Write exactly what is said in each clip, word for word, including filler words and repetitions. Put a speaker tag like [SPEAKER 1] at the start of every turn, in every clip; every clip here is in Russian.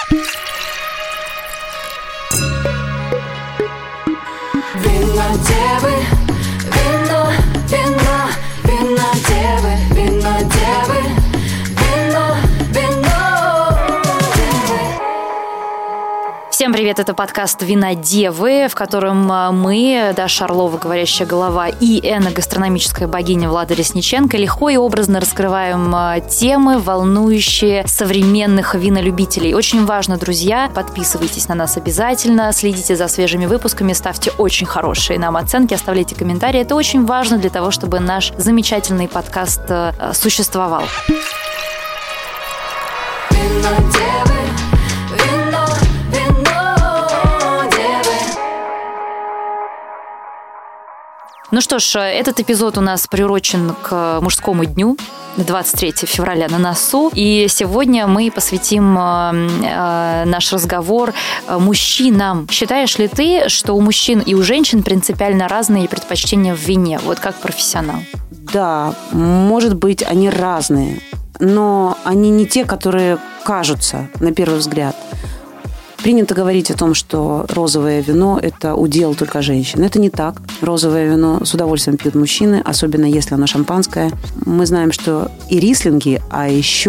[SPEAKER 1] Винодевы, вино, вино, винодевы, винодевы, вино, вино, девы.
[SPEAKER 2] Всем привет, это подкаст «Винодевы», в котором мы, Даша Орлова, говорящая голова, и эногастрономическая богиня Влада Ресниченко легко и образно раскрываем темы, волнующие современных винолюбителей. Очень важно, друзья, подписывайтесь на нас обязательно, следите за свежими выпусками, ставьте очень хорошие нам оценки, оставляйте комментарии. Это очень важно для того, чтобы наш замечательный подкаст существовал.
[SPEAKER 1] Винодевы, вино, вино, девы.
[SPEAKER 2] Ну что ж, этот эпизод у нас приурочен к мужскому дню. двадцать третьего февраля на носу. И сегодня мы посвятим э, наш разговор мужчинам. Считаешь ли ты, что у мужчин и у женщин принципиально разные предпочтения в вине? Вот как профессионал.
[SPEAKER 3] Да, может быть, они разные, но они не те, которые кажутся на первый взгляд. Принято говорить о том, что розовое вино – это удел только женщин. Это не так. Розовое вино с удовольствием пьют мужчины, особенно если оно шампанское. Мы знаем, что и рислинги, а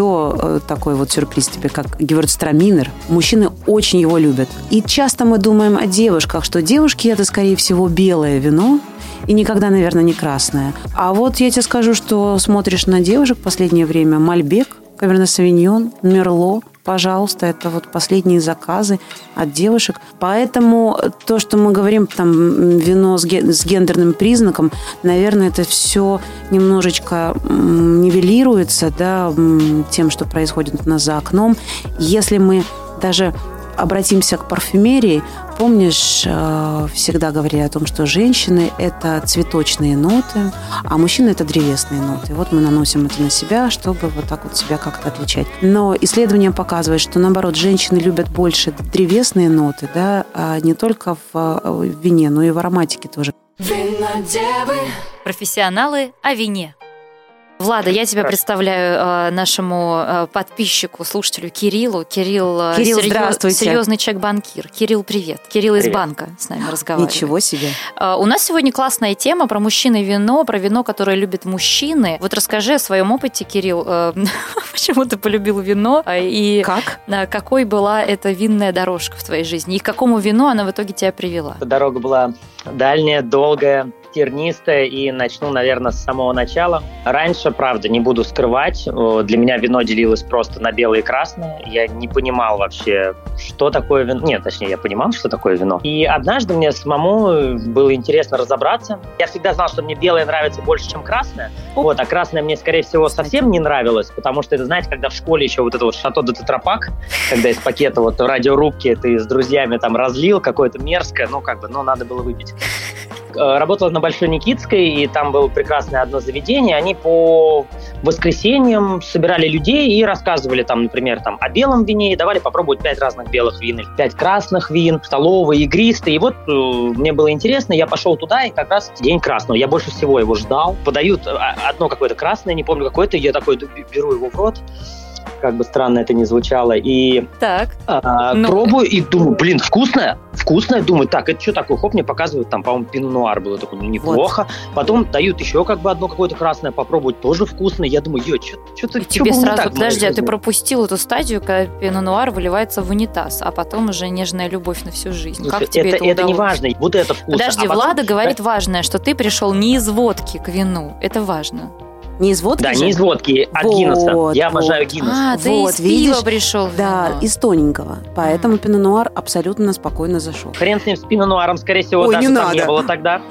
[SPEAKER 3] еще такой вот сюрприз тебе, как гевюрцтраминер, мужчины очень его любят. И часто мы думаем о девушках, что девушки – это, скорее всего, белое вино, и никогда, наверное, не красное. А вот я тебе скажу, что смотришь на девушек в последнее время – Мальбек, Каверне Савиньон, Мерло. Пожалуйста, это вот последние заказы от девушек. Поэтому то, что мы говорим, там, вино с гендерным признаком, наверное, это все немножечко нивелируется, да, тем, что происходит у нас за окном. Если мы даже обратимся к парфюмерии, помнишь, всегда говорили о том, что женщины – это цветочные ноты, а мужчины – это древесные ноты. Вот мы наносим это на себя, чтобы вот так вот себя как-то отличать. Но исследования показывают, что, наоборот, женщины любят больше древесные ноты, да, а не только в вине, но и в ароматике тоже.
[SPEAKER 1] Винодевы.
[SPEAKER 2] Профессионалы о вине. Влада, я тебя представляю э, нашему э, подписчику, слушателю Кириллу. Кирилл, э,
[SPEAKER 3] Кирилл,
[SPEAKER 2] серьез,
[SPEAKER 3] здравствуйте.
[SPEAKER 2] Серьезный человек-банкир. Кирилл, привет. Кирилл привет. Из банка с нами разговаривает.
[SPEAKER 3] Ничего себе.
[SPEAKER 2] Э, у нас сегодня классная тема про мужчин и вино, про вино, которое любят мужчины. Вот расскажи о своем опыте, Кирилл. Э, почему ты полюбил вино? И
[SPEAKER 3] как?
[SPEAKER 2] Э, какой была эта винная дорожка в твоей жизни? И к какому вину она в итоге тебя привела?
[SPEAKER 4] Дорога была дальняя, долгая, тернистая, и начну, наверное, с самого начала. Раньше, правда, не буду скрывать, для меня вино делилось просто на белое и красное. Я не понимал вообще, что такое вино. Нет, точнее, я понимал, что такое вино. И однажды мне самому было интересно разобраться. Я всегда знал, что мне белое нравится больше, чем красное. Вот, а красное мне, скорее всего, совсем не нравилось, потому что это, знаете, когда в школе еще вот это вот Шато де Тетрапак, когда из пакета вот радиорубки ты с друзьями там разлил какое-то мерзкое, ну, как бы, ну, надо было выпить. Работала на Большой Никитской, и там было прекрасное одно заведение. Они по воскресеньям собирали людей и рассказывали, там, например, там, о белом вине, и давали попробовать пять разных белых вин, пять красных вин, столовые, игристые. И вот э, мне было интересно, я пошел туда, и как раз день красного. Я больше всего его ждал. Подают одно какое-то красное, не помню какое-то, я такой беру его в рот. Как бы странно это ни звучало, и
[SPEAKER 2] так.
[SPEAKER 4] а,
[SPEAKER 2] ну...
[SPEAKER 4] пробую, и думаю, блин, вкусное, вкусное, думаю, так, это что такое, хоп, мне показывают, там, по-моему, пино-нуар было такое, ну, неплохо, вот. Потом дают еще как бы одно какое-то красное попробовать, тоже вкусное, я думаю, ё, что-то...
[SPEAKER 2] Тебе сразу, подожди, а ты пропустил эту стадию, когда пино-нуар выливается в унитаз, а потом уже нежная любовь на всю жизнь.
[SPEAKER 4] Слушай,
[SPEAKER 2] как тебе это,
[SPEAKER 4] это
[SPEAKER 2] удалось?
[SPEAKER 4] Это не важно, вот это вкусно.
[SPEAKER 2] Подожди,
[SPEAKER 4] а потом...
[SPEAKER 2] Влада говорит важное, что ты пришел не из водки к вину, это важно.
[SPEAKER 3] Не из водки
[SPEAKER 4] Да,
[SPEAKER 3] же?
[SPEAKER 4] не из водки, от
[SPEAKER 3] вот,
[SPEAKER 4] Гиннесса. Я
[SPEAKER 3] вот.
[SPEAKER 4] обожаю Гиннесс.
[SPEAKER 2] А, ты
[SPEAKER 3] вот,
[SPEAKER 2] из
[SPEAKER 3] видишь?
[SPEAKER 2] пива пришел.
[SPEAKER 3] Да,
[SPEAKER 2] вино.
[SPEAKER 3] из тоненького. Поэтому mm. пино-нуар абсолютно спокойно зашел.
[SPEAKER 4] Хрен с ним, с пино-нуаром, скорее всего,
[SPEAKER 3] Ой,
[SPEAKER 4] даже
[SPEAKER 3] не
[SPEAKER 4] там
[SPEAKER 3] надо.
[SPEAKER 4] не было тогда.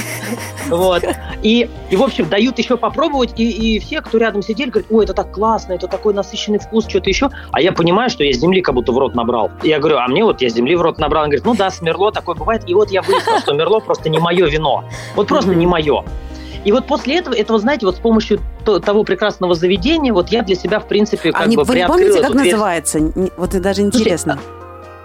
[SPEAKER 4] Вот. И, и, в общем, дают еще попробовать, и, и все, кто рядом сидели, говорят, ой, это так классно, это такой насыщенный вкус, что-то еще. А я понимаю, что я с земли как будто в рот набрал. Я говорю, а мне вот я с земли в рот набрал. Он говорит, ну да, с Мерло такое бывает. И вот я выяснил, что Мерло просто не мое вино. Вот просто не мое. И вот после этого, этого, знаете, вот с помощью того прекрасного заведения, вот я для себя, в принципе, как
[SPEAKER 3] а
[SPEAKER 4] бы
[SPEAKER 3] вы
[SPEAKER 4] приоткрыл
[SPEAKER 3] не помните,
[SPEAKER 4] эту
[SPEAKER 3] как
[SPEAKER 4] дверь.
[SPEAKER 3] называется? Вот и даже интересно.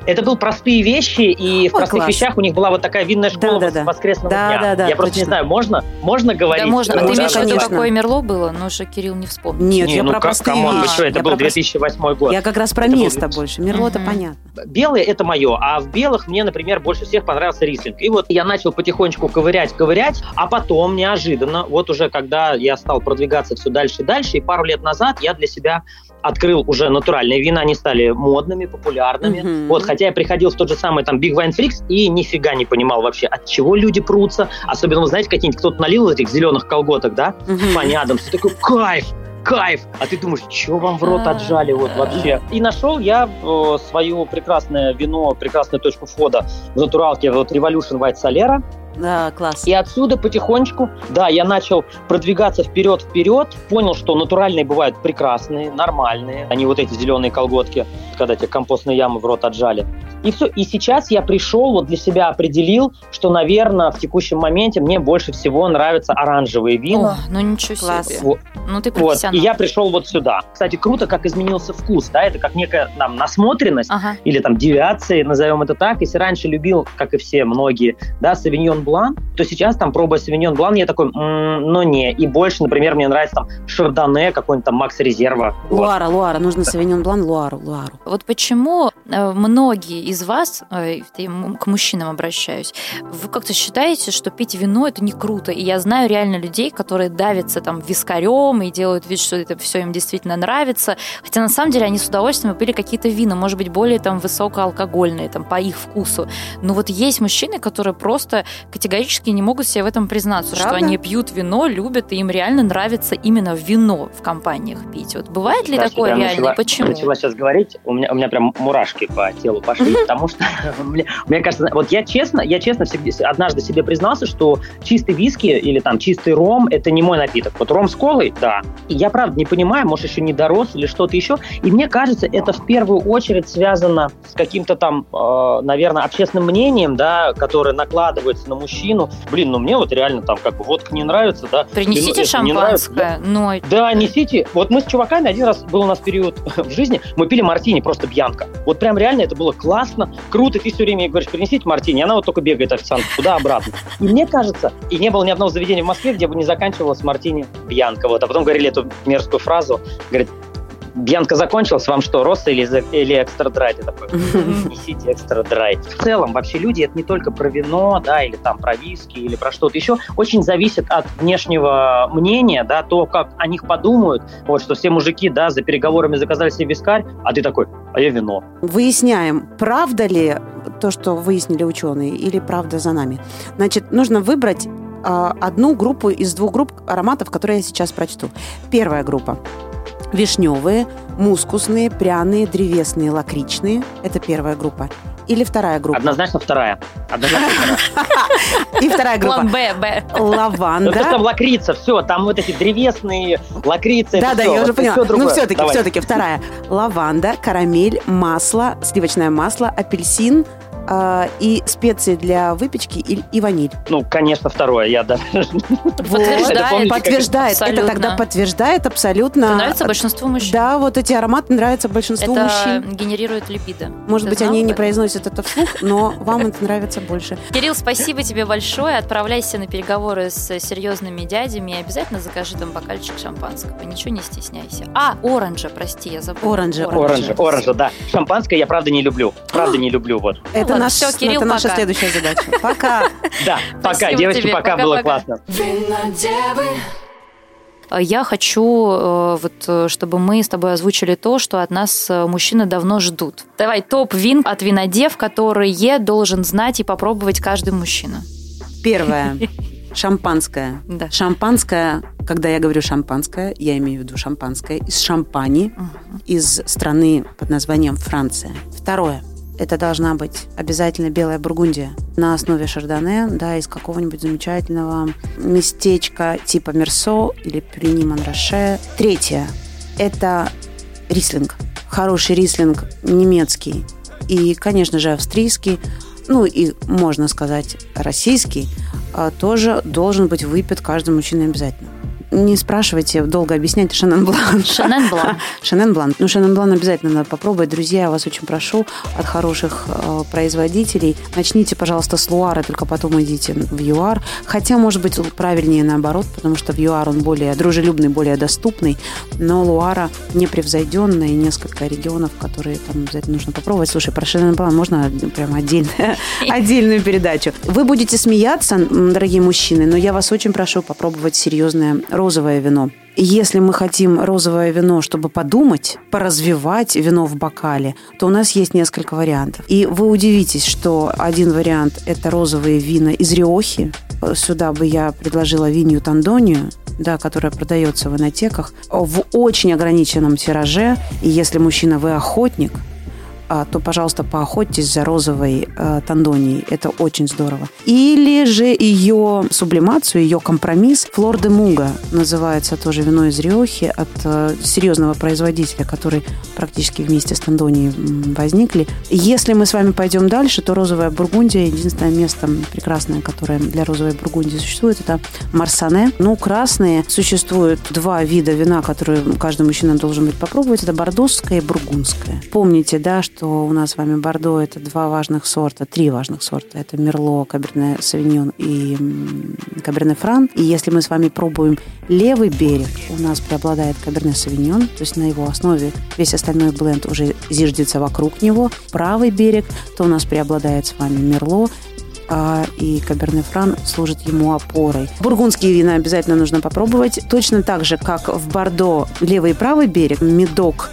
[SPEAKER 4] Это были простые вещи, и в
[SPEAKER 3] Ой,
[SPEAKER 4] простых
[SPEAKER 3] класс.
[SPEAKER 4] вещах у них была вот такая винная школа
[SPEAKER 3] Да, да, да.
[SPEAKER 4] воскресного
[SPEAKER 3] Да,
[SPEAKER 4] дня.
[SPEAKER 3] да, да,
[SPEAKER 4] Я просто
[SPEAKER 3] точно.
[SPEAKER 4] не знаю, можно, можно говорить?
[SPEAKER 2] Да, можно. А ты
[SPEAKER 3] Можно,
[SPEAKER 2] имеешь в виду,
[SPEAKER 3] конечно.
[SPEAKER 2] какое Мерло было? Ну, что Кирилл не вспомнит.
[SPEAKER 3] Нет,
[SPEAKER 4] Не,
[SPEAKER 3] я
[SPEAKER 4] ну
[SPEAKER 3] про
[SPEAKER 4] как,
[SPEAKER 3] простые
[SPEAKER 4] камон, вы
[SPEAKER 3] вещи.
[SPEAKER 4] что, это
[SPEAKER 3] Я
[SPEAKER 4] был
[SPEAKER 3] про
[SPEAKER 4] две тысячи восьмой год.
[SPEAKER 3] Я как раз про
[SPEAKER 4] Это был
[SPEAKER 3] место
[SPEAKER 4] две-
[SPEAKER 3] больше. Мерло-то
[SPEAKER 2] Мгм.
[SPEAKER 3] понятно.
[SPEAKER 4] Белые – это мое, а в белых мне, например, больше всех понравился рислинг. И вот я начал потихонечку ковырять, ковырять, а потом неожиданно, вот уже когда я стал продвигаться все дальше и дальше, и пару лет назад я для себя открыл уже натуральные вина, они стали модными, популярными.
[SPEAKER 3] Мгм.
[SPEAKER 4] Вот, хотя я приходил в тот же самый там Big Wine Freaks и нифига не понимал вообще, от чего люди прутся. Особенно, вы знаете, какие-нибудь кто-то налил этих зеленых колготок, да,
[SPEAKER 3] Мгм.
[SPEAKER 4] понятно, ты такой, кайф, кайф, а ты думаешь, что вам в рот отжали вот вообще. И нашел я э, свое прекрасное вино, прекрасную точку входа в натуралке, вот Revolution White Solera.
[SPEAKER 3] Да, класс.
[SPEAKER 4] И отсюда потихонечку, да, я начал продвигаться вперед-вперед, понял, что натуральные бывают прекрасные, нормальные, а не вот эти зеленые колготки, когда тебе компостные ямы в рот отжали. И все. И сейчас я пришел, вот для себя определил, что, наверное, в текущем моменте мне больше всего нравятся оранжевые вина.
[SPEAKER 2] О, ну ничего
[SPEAKER 3] Класс.
[SPEAKER 2] себе.
[SPEAKER 4] Вот.
[SPEAKER 2] Ну ты
[SPEAKER 4] Вот.
[SPEAKER 2] профессионал.
[SPEAKER 4] И я пришел вот сюда. Кстати, круто, как изменился вкус, да, это как некая там насмотренность,
[SPEAKER 2] Ага.
[SPEAKER 4] или там девиации, назовем это так. Если раньше любил, как и все многие, да, Савиньон Блан, то сейчас там, пробуя Савиньон Блан, я такой, м-м, ну не. И больше, например, мне нравится там Шардоне, какой-нибудь там Макс Резерва. Вот.
[SPEAKER 3] Луара, Луара. Нужно Савиньон Блан, Луару, Луару.
[SPEAKER 2] Вот почему э, многие из вас, э, я м- к мужчинам обращаюсь, вы как-то считаете, что пить вино это не круто. И я знаю реально людей, которые давятся там вискарем и делают вид, что это все им действительно нравится. Хотя на самом деле они с удовольствием пили какие-то вина, может быть, более там высокоалкогольные, там, по их вкусу. Но вот есть мужчины, которые просто категорически не могут себе в этом признаться,
[SPEAKER 3] Правда?
[SPEAKER 2] что они пьют вино, любят, и им реально нравится именно вино в компаниях пить. Вот бывает ли
[SPEAKER 4] Кстати,
[SPEAKER 2] такое
[SPEAKER 4] я
[SPEAKER 2] реально?
[SPEAKER 4] начала,
[SPEAKER 2] И почему?
[SPEAKER 4] начала сейчас говорить, у меня, у меня прям мурашки по телу пошли, потому что мне, мне кажется, вот я честно, я честно всегда, однажды себе признался, что чистый виски или там чистый ром – это не мой напиток. Вот ром с колой, да. И я правда не понимаю, может, еще не дорос или что-то еще. И мне кажется, это в первую очередь связано с каким-то там, э, наверное, общественным мнением, да, которое накладывается на мужчину. Блин, ну мне вот реально там как бы водка не нравится, да.
[SPEAKER 2] Принесите
[SPEAKER 4] вино это не нравится,
[SPEAKER 2] шампанское. Но
[SPEAKER 4] Да, несите. Вот мы с чуваками, один раз был у нас период в жизни, мы пили мартини, просто бьянка. Вот прям реально это было классно, круто. Ты все время ей говоришь, принесите мартини, она вот только бегает официант туда-обратно. И мне кажется, и не было ни одного заведения в Москве, где бы не заканчивалось мартини бьянка. Вот. А потом говорили эту мерзкую фразу, говорит, бьянка закончилась, вам что, Росса или, или экстра драй? Я такой, несите экстра драй. В целом, вообще люди, это не только про вино, да, или там про виски, или про что-то еще, очень зависит от внешнего мнения, да, то, как о них подумают, вот, что все мужики, да, за переговорами заказали себе вискарь, а ты такой, а я вино.
[SPEAKER 3] Выясняем, правда ли то, что выяснили ученые, или правда за нами. Значит, нужно выбрать э, одну группу из двух групп ароматов, которые я сейчас прочту. Первая группа. Вишневые, мускусные, пряные, древесные, лакричные. Это первая группа. Или вторая группа.
[SPEAKER 4] Однозначно вторая. Однозначно вторая.
[SPEAKER 3] И вторая группа.
[SPEAKER 2] план Б, Б.
[SPEAKER 4] Ну, это
[SPEAKER 3] Лаванда.
[SPEAKER 4] там лакрица, все, там вот эти древесные лакрицы.
[SPEAKER 3] Да,
[SPEAKER 4] это
[SPEAKER 3] да,
[SPEAKER 4] всё,
[SPEAKER 3] я
[SPEAKER 4] вот
[SPEAKER 3] уже поняла.
[SPEAKER 4] всё
[SPEAKER 3] Ну,
[SPEAKER 4] другое.
[SPEAKER 3] все-таки,
[SPEAKER 4] Давай.
[SPEAKER 3] все-таки вторая. Лаванда, карамель, масло, сливочное масло, апельсин э, и специи для выпечки и, и ваниль.
[SPEAKER 4] Ну, конечно, второе. Я даже...
[SPEAKER 2] Подтверждает.
[SPEAKER 4] Это помните, как-
[SPEAKER 3] Подтверждает.
[SPEAKER 2] Абсолютно.
[SPEAKER 3] Это тогда подтверждает абсолютно.
[SPEAKER 2] Это нравится большинству мужчин.
[SPEAKER 3] Да, вот эти ароматы нравятся большинству
[SPEAKER 2] Это
[SPEAKER 3] мужчин.
[SPEAKER 2] генерирует либидо.
[SPEAKER 3] Может
[SPEAKER 2] Ты
[SPEAKER 3] быть,
[SPEAKER 2] знал
[SPEAKER 3] они
[SPEAKER 2] об
[SPEAKER 3] не
[SPEAKER 2] этом?
[SPEAKER 3] произносят это вслух, но вам это нравится больше.
[SPEAKER 2] Кирилл, спасибо тебе большое. Отправляйся на переговоры с серьезными дядями и обязательно закажи там бокальчик шампанского. Ничего не стесняйся. А, оранжа, прости, я забыла.
[SPEAKER 3] Оранжа,
[SPEAKER 4] Оранжа, оранжа, да. Шампанское я, правда, не люблю. Правда, не люблю, вот.
[SPEAKER 3] Это,
[SPEAKER 2] ладно,
[SPEAKER 3] наш,
[SPEAKER 2] всё, Кирилл,
[SPEAKER 3] это наша
[SPEAKER 2] пока.
[SPEAKER 3] следующая задача. Пока.
[SPEAKER 4] Да, пока,
[SPEAKER 2] Спасибо
[SPEAKER 4] девочки,
[SPEAKER 2] тебе.
[SPEAKER 4] пока, было
[SPEAKER 2] Пока-пока.
[SPEAKER 4] классно.
[SPEAKER 1] Винодевы.
[SPEAKER 2] Я хочу, э, вот, э, чтобы мы с тобой озвучили то, что от нас э, мужчины давно ждут. Давай топ вин от винодев, которые должен знать и попробовать каждый мужчина.
[SPEAKER 3] Первое. Шампанское.
[SPEAKER 2] Да.
[SPEAKER 3] Шампанское, когда я говорю шампанское, я имею в виду шампанское из Шампани,
[SPEAKER 2] Мгм.
[SPEAKER 3] из страны под названием Франция. Второе. Это должна быть обязательно белая бургундия на основе шардоне, да, из какого-нибудь замечательного местечка типа Мерсо или Пюрини Монраше. Третье. Это рислинг. Хороший рислинг немецкий и, конечно же, австрийский, ну и, можно сказать, российский, а, тоже должен быть выпит каждым мужчиной обязательно. не спрашивайте, долго объяснять. Шенен Блан.
[SPEAKER 2] Шенен Блан.
[SPEAKER 3] Шенен Блан. Ну, Шенен Блан обязательно надо попробовать. Друзья, я вас очень прошу, от хороших э, производителей. Начните, пожалуйста, с Луара, только потом идите в ЮАР. Хотя, может быть, правильнее наоборот, потому что в ЮАР он более дружелюбный, более доступный. Но Луара непревзойденная, и несколько регионов, которые там обязательно нужно попробовать. Слушай, про Шенен Блан можно прямо отдельно, отдельную передачу. Вы будете смеяться, дорогие мужчины, но я вас очень прошу попробовать серьезное розовое вино. Если мы хотим розовое вино, чтобы подумать, поразвивать вино в бокале, то у нас есть несколько вариантов. И вы удивитесь, что один вариант – это розовые вина из Риохи. Сюда бы я предложила Винью Тандонию, да, которая продается в винотеках в очень ограниченном тираже. И если, мужчина, вы охотник, то, пожалуйста, поохотьтесь за розовой э, тандонией. Это очень здорово. Или же ее сублимацию, ее компромисс Флор де Муга называется тоже вино из Риохи от э, серьезного производителя, который практически вместе с тандонией возникли. Если мы с вами пойдем дальше, то розовая Бургундия, единственное место прекрасное, которое для розовой Бургундии существует, это Марсане. Ну, красные. Существует два вида вина, которые каждый мужчина должен быть попробовать. Это бордоское и бургундское. Помните, да, что что у нас с вами Бордо – это два важных сорта, три важных сорта. Это Мерло, Каберне Савиньон и Каберне Фран. И если мы с вами пробуем левый берег, у нас преобладает Каберне Савиньон, то есть на его основе весь остальной бленд уже зиждется вокруг него. Правый берег, то у нас преобладает с вами Мерло, и Каберне Фран служит ему опорой. Бургундские вина обязательно нужно попробовать. Точно так же, как в Бордо левый и правый берег, Медок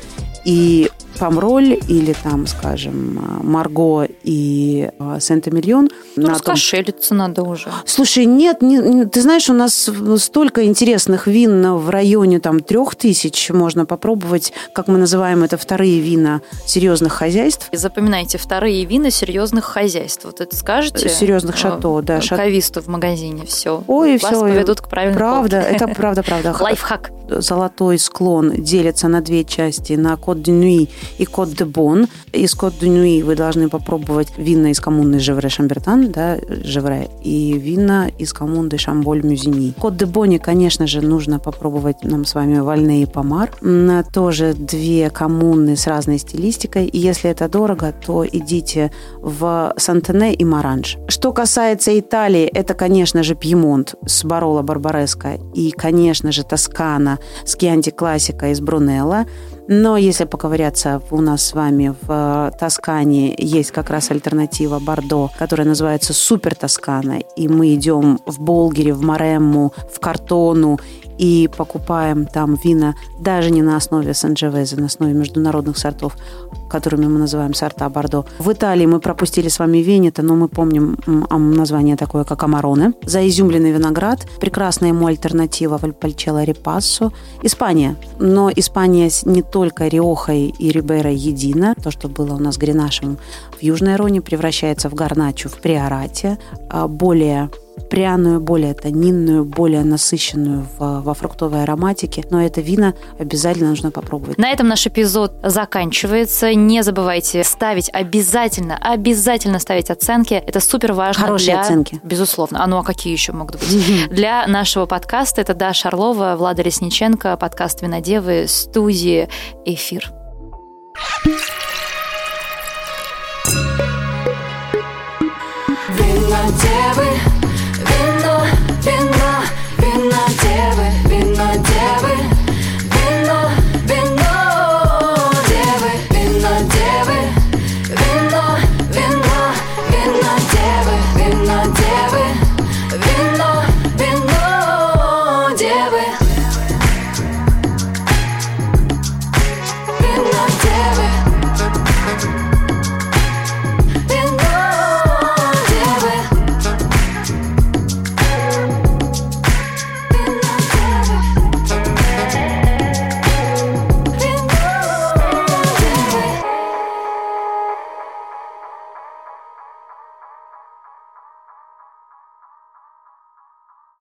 [SPEAKER 3] и Помроль или там, скажем, Марго и Сент-Эмильон.
[SPEAKER 2] Ну, раскошелиться том... надо уже.
[SPEAKER 3] Слушай, нет, не, ты знаешь, у нас столько интересных вин в районе там трех тысяч можно попробовать, как мы называем это, вторые вина серьезных хозяйств.
[SPEAKER 2] И запоминайте, вторые вина серьезных хозяйств. Вот это скажете?
[SPEAKER 3] Серьезных шато, да.
[SPEAKER 2] Кависту в магазине, все.
[SPEAKER 3] Ой,
[SPEAKER 2] вас
[SPEAKER 3] все.
[SPEAKER 2] поведут к правильной
[SPEAKER 3] Правда,
[SPEAKER 2] полке.
[SPEAKER 3] это правда, правда.
[SPEAKER 2] Лайфхак.
[SPEAKER 3] Золотой склон делится на две части, на Кот-де-Нуи и Кот-де-Бон. Из Кот-де-Нуи вы должны попробовать вина из коммуны Жевре-Шамбертан, да, Жевре, и вина из коммуны Шамболь-Мюзини. В Кот-де-Боне, конечно же, нужно попробовать нам с вами Вальне и Помар. Тоже две коммуны с разной стилистикой. И если это дорого, то идите в Сантене и Маранж. Что касается Италии, это, конечно же, Пьемонт с Бароло Барбареско и, конечно же, Тоскана с Кьянти Классика из Брунелло. Но если поковыряться у нас с вами в Тоскане, есть как раз альтернатива Бордо, которая называется Супер Тоскана. И мы идем в Болгере, в Маремму, в Картону и покупаем там вина даже не на основе Санджевезе, на основе международных сортов, которыми мы называем сорта Бордо. В Италии мы пропустили с вами Венето, но мы помним название такое, как Амароне. Заизюмленный виноград. Прекрасная ему альтернатива Вальпольчелло Рипассо. Испания. Но Испания не только Риохой и Рибейро едина. То, что было у нас Гренашем в Южной Роне, превращается в Гарначу, в Приорате. Более пряную, более тонинную, более насыщенную в, во фруктовой ароматике. Но это вино обязательно нужно попробовать.
[SPEAKER 2] На этом наш эпизод заканчивается. Не забывайте ставить обязательно, обязательно ставить оценки. Это супер важно.
[SPEAKER 3] Хорошие
[SPEAKER 2] для...
[SPEAKER 3] оценки.
[SPEAKER 2] Безусловно. А ну а какие еще могут быть? Mm-hmm. Для нашего подкаста это Даша Орлова, Влада Ресниченко, подкаст «Винодевы», студии «Эфир».
[SPEAKER 1] Винодевы.